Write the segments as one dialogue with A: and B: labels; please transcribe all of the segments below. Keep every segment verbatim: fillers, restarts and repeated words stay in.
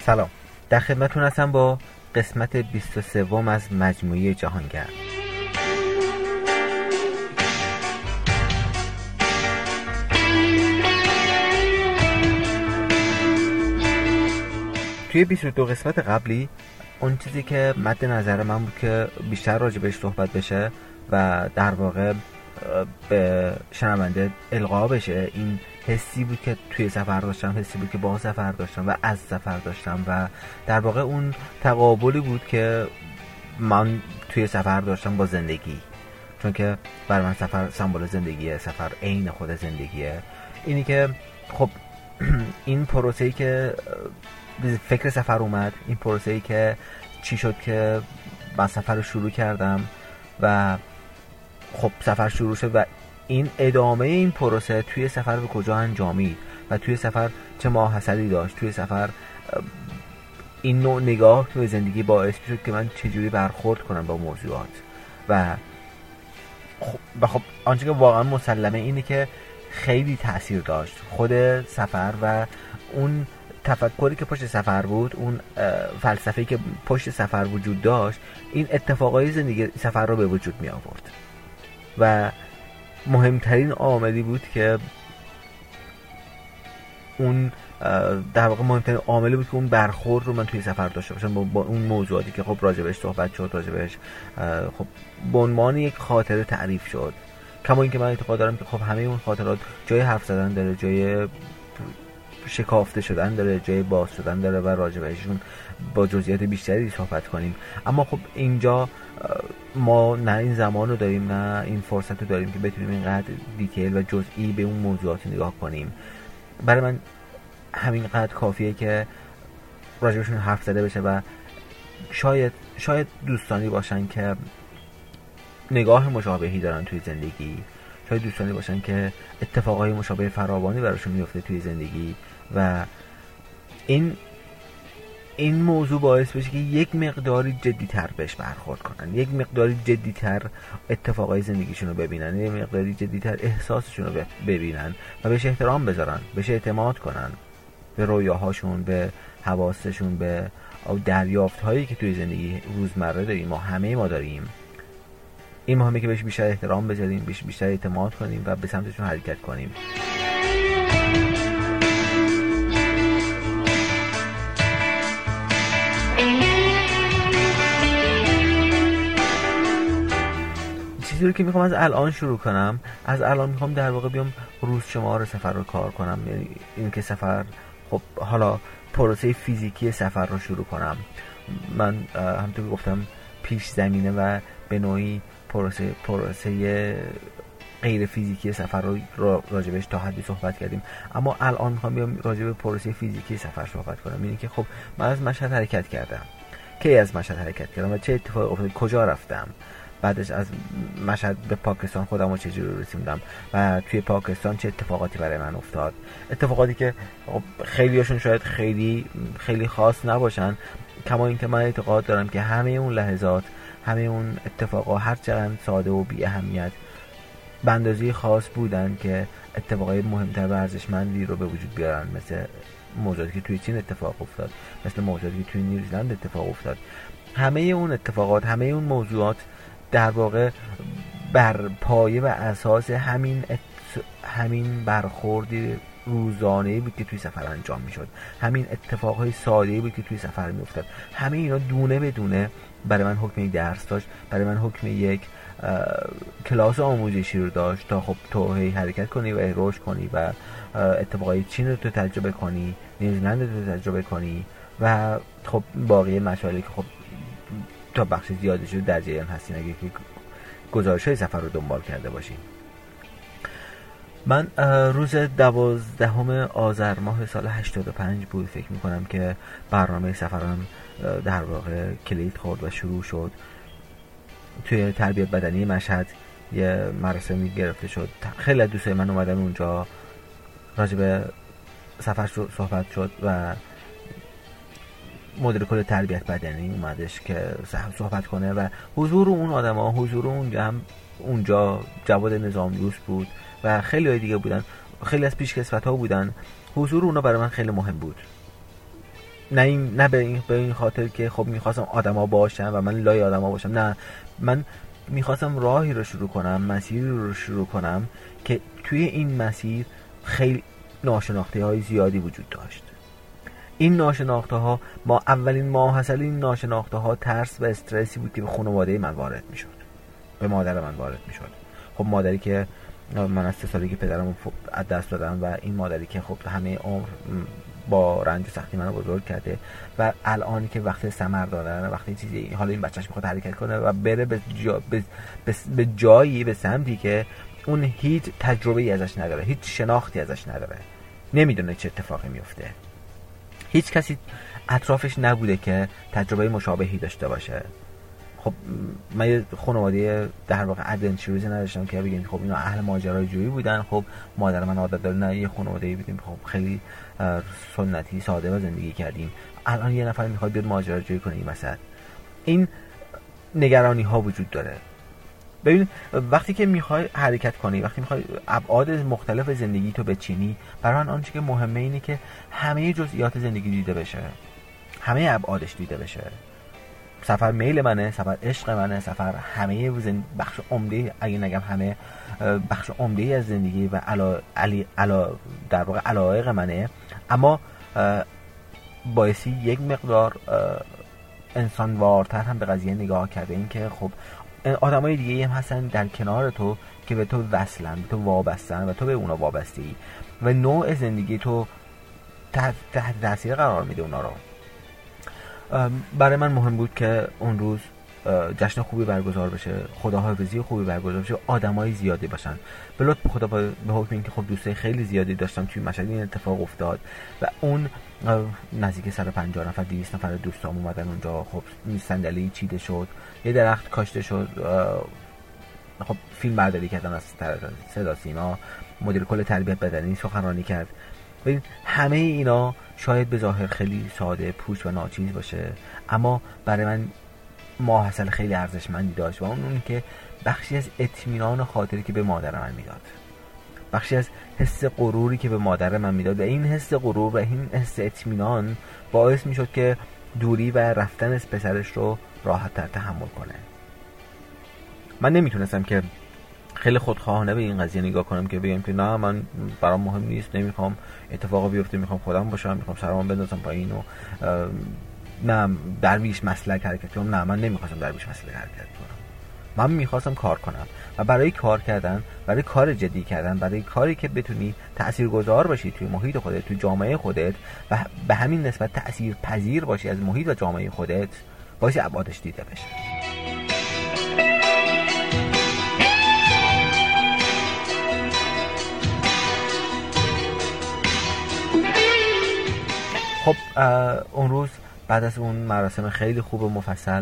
A: سلام، در خدمتتون هستم با قسمت بیست و سه از مجموعه جهانگرد. توی بیست و دو قسمت قبلی اون چیزی که مد نظر من بود که بیشتر راجع بهش صحبت بشه و در واقع به شنونده القا بشه، این حسی بود که توی سفر داشتم، حسی بود که با سفر داشتم و از سفر داشتم و در واقع اون تقابلی بود که من توی سفر داشتم با زندگی، چون که برای من سفر سمبل زندگیه، سفر عین خود زندگیه. اینی که خب این پروسه‌ای که فکر سفر اومد، این پروسه‌ای که چی شد که من سفر رو شروع کردم و خب سفر شروع شد و این ادامه این پروسه توی سفر به کجا انجامید و توی سفر چه ماحصلی داشت، توی سفر این نوع نگاه توی زندگی باعث شد که من چجوری برخورد کنم با موضوعات و خب, و خب آنچه که واقعا مسلمه اینه که خیلی تأثیر داشت خود سفر و اون تفکری که پشت سفر بود، اون فلسفه‌ای که پشت سفر وجود داشت، این اتفاقای زندگی سفر رو به وجود می آورد و مهمترین عاملی بود که اون در واقع مهمترین عاملی بود که اون برخورد رو من توی سفر داشته باشم با, با اون موضوعاتی که خب راجبش صحبت شد، راجبش خب به عنوان یک خاطره تعریف شد. کما اینکه من اعتقاد دارم که خب همه اون خاطرات جای حرف زدن داره، جای شکافته شدن داره، جای باز شدن داره و راجبشون با جزئیات بیشتری صحبت کنیم. اما خب اینجا ما نه این زمان رو داریم، نه این فرصت رو داریم که بتونیم اینقدر دیتیل و جزئی به اون موضوعات نگاه کنیم. برای من همینقدر کافیه که راجبشون حرف زده بشه و شاید شاید دوستانی باشن که نگاه مشابهی دارن توی زندگی، شاید دوستانی باشن که اتفاقای مشابه فراوانی براشون میفته توی زندگی و این این موضوع باعث بشه که یک مقداری جدی‌تر بهش برخورد کنن، یک مقداری جدی‌تر اتفاقای زندگیشون رو ببینن، یک مقداری جدی‌تر احساسشون رو ببینن و بهش احترام بذارن، بهش اعتماد کنن، به رویاهاشون، به حواسشون، به دریافت‌هایی که توی زندگی روزمره داریم، ما همه ما داریم. این مهمه که بهش بیشتر احترام بذاریم، بهش بیشتر اعتماد کنیم و به سمتشون حرکت کنیم. چیزی رو که میخوام از الان شروع کنم، از الان میخوام در واقع بیام روز شمار سفر رو کار کنم، یعنی این که سفر خب حالا پروسه فیزیکی سفر رو شروع کنم. من همونطور که گفتم پیش زمینه و به نوعی پروسه پروسه غیر فیزیکی سفر رو راجبش تا حدی صحبت کردیم، اما الان میخوام بیام راجب پروسه فیزیکی سفر صحبت کنم. یعنی که خب من از مشهد حرکت کردم، کی از مشهد حرکت کردم و چه اتفاقی افتاد، کجا رفتم، بعدش از مشهد به پاکستان خودم رو چجوری رسوندم و توی پاکستان چه اتفاقاتی برای من افتاد، اتفاقاتی که خیلی هاشون شاید خیلی خیلی خاص نباشن، کما اینکه من اعتقاد دارم که همه اون لحظات، همه اون اتفاقا هر چقدر ساده و بی اهمیت به اندازه خاص بودن که اتفاقای مهمتر و ارزشمندی رو به وجود بیارن، مثل موضوعاتی که توی چین اتفاق افتاد، مثل موضوعاتی که توی نیوزلند اتفاق افتاد. همه اون اتفاقات، همه اون موضوعات در واقع بر پایه و اساس همین ات... همین برخوردی روزانه‌ای بود که توی سفر انجام میشد، همین اتفاقهای ساده‌ای بود که توی سفر میافتاد. همه اینا دونه به دونه برای من حکم یک درس داشت، برای من حکم یک کلاس آموزشی رو داشت تا خب تو هی حرکت کنی و رشد کنی و اتفاقای چین رو تو تجربه کنی، نیوزلند رو تو تجربه کنی و خب باقی مسائلی که خب تا بخش زیادش رو در جریان هستین اگه که گزارش‌های سفر رو دنبال کرده باشین. من روز دوازدهم آذر ماه سال هشتاد و پنج بود فکر میکنم که برنامه سفرم در واقع کلید خورد و شروع شد. توی تربیت بدنی مشهد یه مراسمی گرفته شد، خیلی از دوستای من اومدن اونجا، راجع به سفر صحبت شد و مدیر کل تربیت بدنی اومدش که صحبت کنه و حضور اون آدما، حضور اون جمع اونجا جواد نظامیوس بود و خیلی های دیگه بودن، خیلی از پیشکسوت‌ها بودن. حضور اونا برای من خیلی مهم بود نه این نه به این به این خاطر که خب میخواستم آدما باشم و من لای آدما باشم، نه، من میخواستم راهی رو شروع کنم، مسیری رو شروع کنم که توی این مسیر خیلی ناشناخته های زیادی وجود داشت. این ناشناخته ها، ما اولین ماحصل این ناشناخته ها ترس و استرسی بود که به خانواده من وارد میشد، به مادر من وارد میشد. خب مادری که من از سه سالگی پدرم از دست دادم و این مادری که خب همه عمر با رنج و سختی منو بزرگ کرده و الانی که وقت ثمر دادن، وقتی چیزی حالا این بچه‌ش میخواد حرکت کنه و بره به, جا به, به, به جایی، به سمتی که اون هیچ تجربه‌ای ازش نداره، هیچ شناختی ازش نداره، نمیدونه چه اتفاقی میفته، هیچ کسی اطرافش نبوده که تجربه مشابهی داشته باشه. خب من یه خانواده در واقع ادونچروزی نداشتم که بگیم خب اینا اهل ماجراجویی بودن. خب مادر من عادت داره، نه، یه خانواده بودیم خب خیلی سنتی ساده و زندگی کردیم. الان یه نفر میخواد بیاد ماجراجویی کنه این وسط، این نگرانی ها وجود داره. ببین وقتی که میخوای حرکت کنی، وقتی میخوای ابعاد مختلف زندگی تو بچینی، برای من آنچه که مهمه اینه که همه جزئیات زندگی دیده بشه، همه ابعادش دیده بشه. سفر میل منه، سفر عشق منه، سفر همه زند... بخش عمده، اگه نگم همه، بخش عمده از زندگی و علا... علی... علا... در واقع علایق منه. اما بایستی یک مقدار انسانوارتر هم به قضیه نگاه کرده، این که خب آدمای دیگه هم هستن در کنار تو که به تو وصلن، به تو وابستن و تو به اونا وابسته ای و نوع زندگی تو تحت تاثیر قرار میده اونا رو. برای من مهم بود که اون روز جشن خوبی برگزار بشه، خداحافظی خوبی برگزار بشه، آدمای زیادی باشن. به لطف خدا به حکم اینکه خب دوستای خیلی زیادی داشتم توی مشهد این اتفاق افتاد و اون نزدیک صد و پنجاه نفر دویست نفر دوستام اومدن اونجا. خب صندلی چیده شد، یه درخت کاشته شد، خب فیلم برداری کردن از صدا سیما، مدیر کل تربیت بدنی سخنرانی کرد. ببین همه اینا شاید به ظاهر خیلی ساده، پوچ و ناچیز باشه، اما برای من ماحصل خیلی ارزشمندی داشت و اون اون که بخشی از اطمینان خاطری که به مادر من میداد، بخشی از حس غروری که به مادر من میداد و این حس غرور و این حس اطمینان باعث میشد که دوری و رفتن از پسرش رو راحت تر تحمل کنه. من نمیتونستم که خیلی خودخواهانه به این قضیه نگاه کنم که بگم که نه من برام مهم نیست، نمیخوام اتفاق بیفته، میخوام خودم باشم، میخوام سرمو بندازم پایین و نه درویش مسلک حرکت کنم. نه، من نمیخواستم درویش مسلک حرکت کنم، من میخواستم کار کنم و برای کار کردن، برای کار جدی کردن، برای کاری که بتونی تاثیرگذار باشی توی محیط خودت، توی جامعه خودت و به همین نسبت تأثیر پذیر باشی از محیط و جامعه خودت، باعث ابعادش دیده بشه. خب اون روز بعد از اون مراسم خیلی خوب و مفصل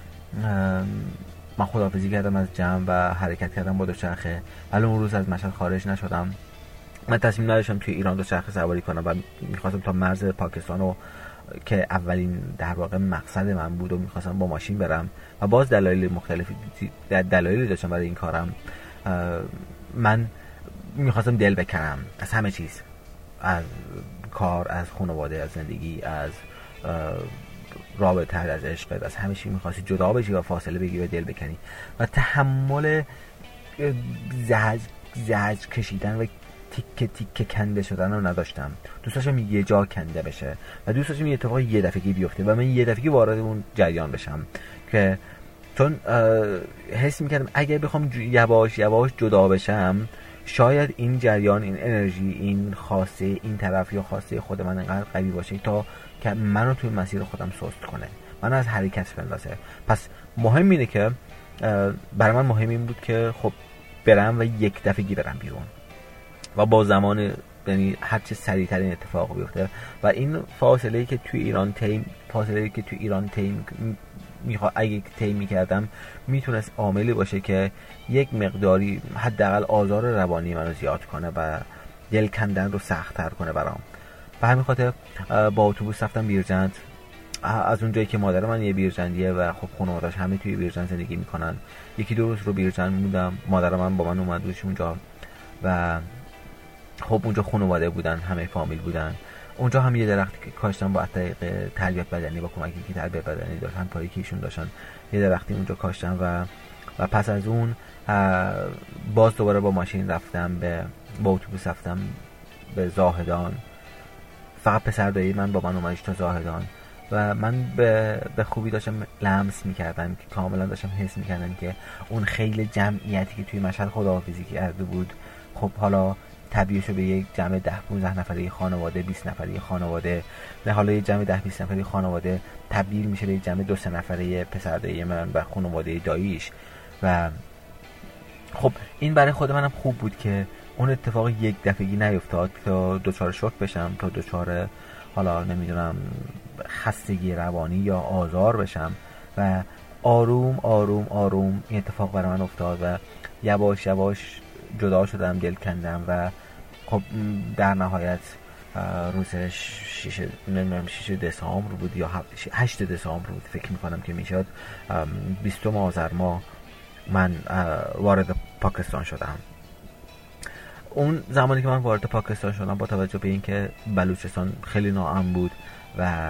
A: من خداحافظی کردم از جمع و حرکت کردم با دوچرخه. ولی اون روز از مشهد خارج نشدم. من تصمیم نداشتم توی ایران دوچرخه سواری کنم و میخواستم تا مرز پاکستان رو که اولین در واقع مقصد من بود و میخواستم با ماشین برم و باز دلایل مختلفی دلایلی داشتم برای این کارم. من میخواستم دل بکنم از همه چیز، از کار، از خانواده، از زندگی، از رابطه، از عشق، از همه چی می‌خواستی جدا بشی و فاصله بگیری و دل بکنی و تحمل زهج زهج کشیدن و تیکه تیکه کنده شدن رو نداشتم. دوست داشتم یه جا کنده بشه و دوست داشتم یه اتفاق یه دفعه‌ای بیفته و من یه دفعه‌ای وارد اون جریان بشم، که چون حس می‌کردم اگه بخوام یواش یواش جدا بشم شاید این جریان، این انرژی، این خواسته این طرف یا خواسته خود من انقدر قوی باشه تا که منو توی مسیر خودم سست کنه، منو از حرکت بندازه. پس مهم اینه که برای من مهم این بود که خب برم و یک دفعگی برم بیرون و با زمان، یعنی هر چه سریعتر این اتفاق بیفته و این فاصله‌ای که توی ایران تیم فاصله‌ای که توی ایران تیم میخوا اگه تیم میکردم میتونست عاملی باشه که یک مقداری حداقل آزار روانی منو زیاد کنه و دل کندن رو سخت‌تر کنه برام. به همین خاطر با اتوبوس رفتم بیرجند. از اونجایی که مادر من یه بیرجندیه و خب خانواده‌اش همه توی بیرجند زندگی میکنن، یکی دو روز رو بیرجند موندم. مادر من با من اومد روش اونجا و خب اونجا خانواده بودن، همه فامیل بودن. اونجا هم یه درختی که کاشتم با طریق تربیت بدنی، با کمکی که تربیت بدنی داشت، همکاری که ایشون داشتن، یه درختی اونجا کاشتم و و پس از اون باز دوباره با ماشین رفتم به با اتوبوس رفتم به زاهدان. فقط پسر دایی من با من اومدش تا زاهدان و من به, به خوبی داشتم لمس میکردم که کاملا داشتم حس میکردم که اون خیلی جمعیتی که توی مشهد خداحافظی کرده بود خب حالا تبدیل شده به یک جمع ده پونزده نفره خانواده، بیست نفره خانواده، نه حالا یک جمع ده بیست نفره خانواده تبدیل میشه به یک جمع دو سه نفره پسر دایی من و خانواده داییش. و خب این برای خود منم خوب بود که اون اتفاق یک دفعگی نیفتاد تا دوچار شوک بشم، تا دوچار حالا نمیدونم خستگی روانی یا آزار بشم و آروم آروم آروم این اتفاق برای من افتاد و یواش یواش جدا شدم، دل کندم و خب در نهایت روز شش نمیدونم شش دسامبر بود یا هشت دسامبر بود فکر میکنم که میشد، بیستم آذر ماه من وارد پاکستان شدم. اون زمانی که من وارد پاکستان شدم با توجه به اینکه بلوچستان خیلی ناامن بود و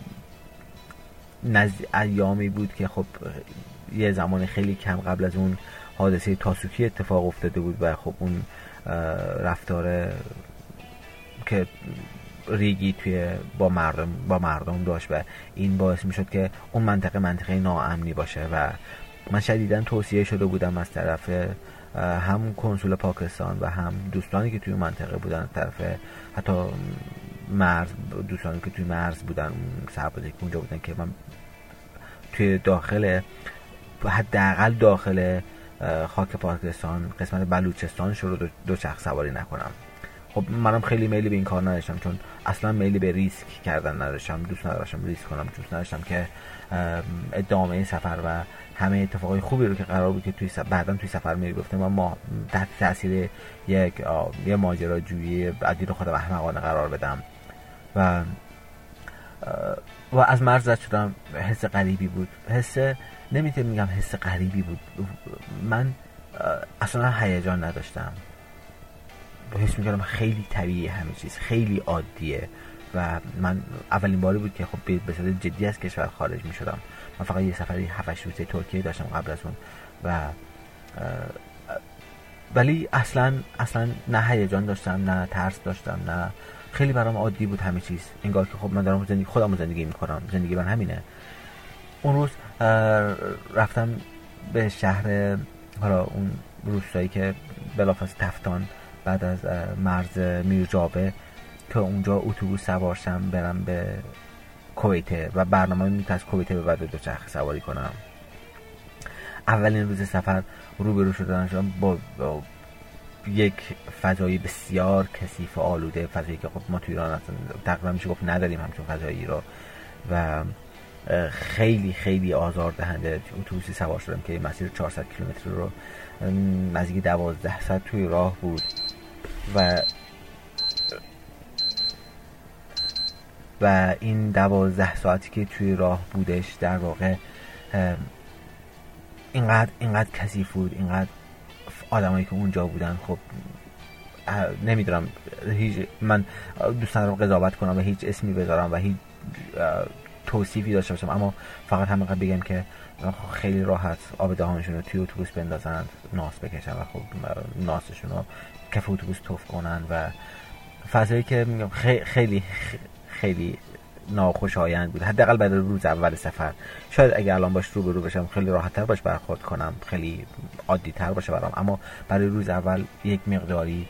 A: نزد ایامی بود که خب یه زمان خیلی کم قبل از اون حادثه تاسوکی اتفاق افتاده بود و خب اون رفتار که ریگی توی با مردم با مردم داشت و این باعث میشد که اون منطقه منطقه ناامنی باشه و من شدیداً توصیه شده بودم از طرف هم کنسول پاکستان و هم دوستانی که توی منطقه بودن، از طرف حتی مرز دوستانی که توی مرز بودن، سربازی که اونجا بودن که من توی داخل حداقل داخل خاک پاکستان قسمت بلوچستان شروع دو, دو چرخ سواری نکنم. خب منم خیلی میلی به این کار نداشتم چون اصلا میلی به ریسک کردن نداشتم، دوست نداشتم ریسک کنم، دوست نداشتم که ادامه سفر و همه اتفاقای خوبی رو که قرار بود که توی سفر بعداً توی سفر میگفتم من ما تحت تاثیر یک یه ماجراجویی عادی رو خودم احمقانه قرار بدم و و از مرز رد شدم. حس غریبی بود، حس نمیتونم میگم حس غریبی بود، من اصلا هیجان نداشتم، حس میکردم خیلی طبیعی همه چیز خیلی عادیه و من اولین باری بود که خب به صورت جدی از کشور خارج میشدم. من فقط یه سفری هفت روزه ترکیه داشتم قبل از اون و ولی اصلا اصلا نه هیجان داشتم نه ترس داشتم، نه خیلی برام عادی بود همه چیز، انگار که خب من دارم زندگی خودم زندگی میکنم، زندگی من همینه. اون روز رفتم به شهر حالا اون روستایی که بلافاصله تفتان بعد از مرز میرجابه که اونجا اتوبوس سوار شم برم به کویت و برنامه این که از کویت به بعد دو چرخ سواری کنم. اولین روز سفر روبرو شدن شدم با, با یک فضایی بسیار کثیف و آلوده، فضایی که خب ما توی ایران تقریبا میشه گفت نداریم همچون فضایی رو و خیلی خیلی آزار دهنده. اتوبوسی سوار شدم که مسیر چهارصد کیلومتر رو نزدیک دوازده ساعت توی راه بود و و این دوازده ساعتی که توی راه بودش در واقع اینقدر اینقدر کثیف بود، اینقدر آدمایی که اونجا بودن خب نمیدونم، هیچ من دوست ندارم قضاوت کنم و هیچ اسمی بذارم و هیچ توصیفی داشته باشم، اما فقط همینقدر بگم که خیلی راحت آب دهانشون رو توی اتوبوس بندازن، ناس بکشن و خب ناسشون رو کف اتوبوس توف کنن و فضایی که خیلی خیلی ناخوشایند بود. حداقل بعد روز اول سفر شاید اگه الان باش رو به رو بشم خیلی راحت تر باش برخورد کنم، خیلی عادی تر باشه برام، اما برای روز اول یک مقداری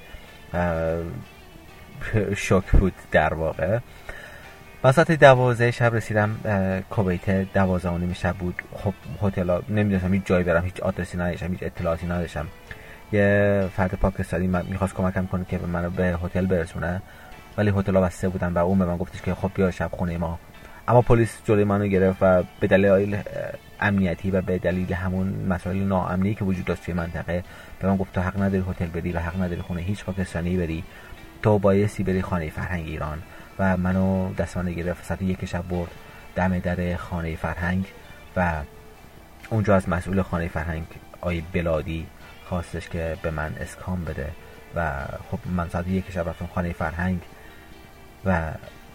A: شوک بود در واقع. وسط دوازده شب رسیدم کویت، دوازده و نیم شب بود. خب هتل نمیدونستم هیچ جایی برم، هیچ آدرسی نداشتم، هیچ اطلاعاتی نداشتم. یه فرد پاکستانی میخواست کمکم کنه که منو به هتل برسونه ولی هتل‌ها بسته بودن و اون به من گفتش که خب بیا شب خونه ما، اما پلیس جلوی منو گرفت و به دلیل امنیتی و به دلیل همون مسائل ناامنی که وجود داشت توی منطقه به من گفت تو حق نداری هتل بری و حق نداری خونه هیچ پاکستانی بری، تو بایستی بری خانه فرهنگ ایران. و منو دست من گرفت ساعت یک شب برد دم در خانه فرهنگ و اونجا از مسئول خانه فرهنگ آقای بلادی خواستش که به من اسکان بده و خب من ساعت یک شب رفتم خانه فرهنگ و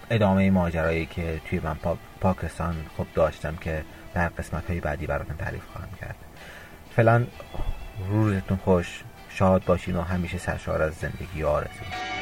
A: ادامه ماجرایی که توی من پا... پاکستان خب داشتم که در قسمت های بعدی براتون تعریف خواهم کرد. فعلا روزتون خوش، شاد باشین و همیشه سرشار از زندگی آرزو.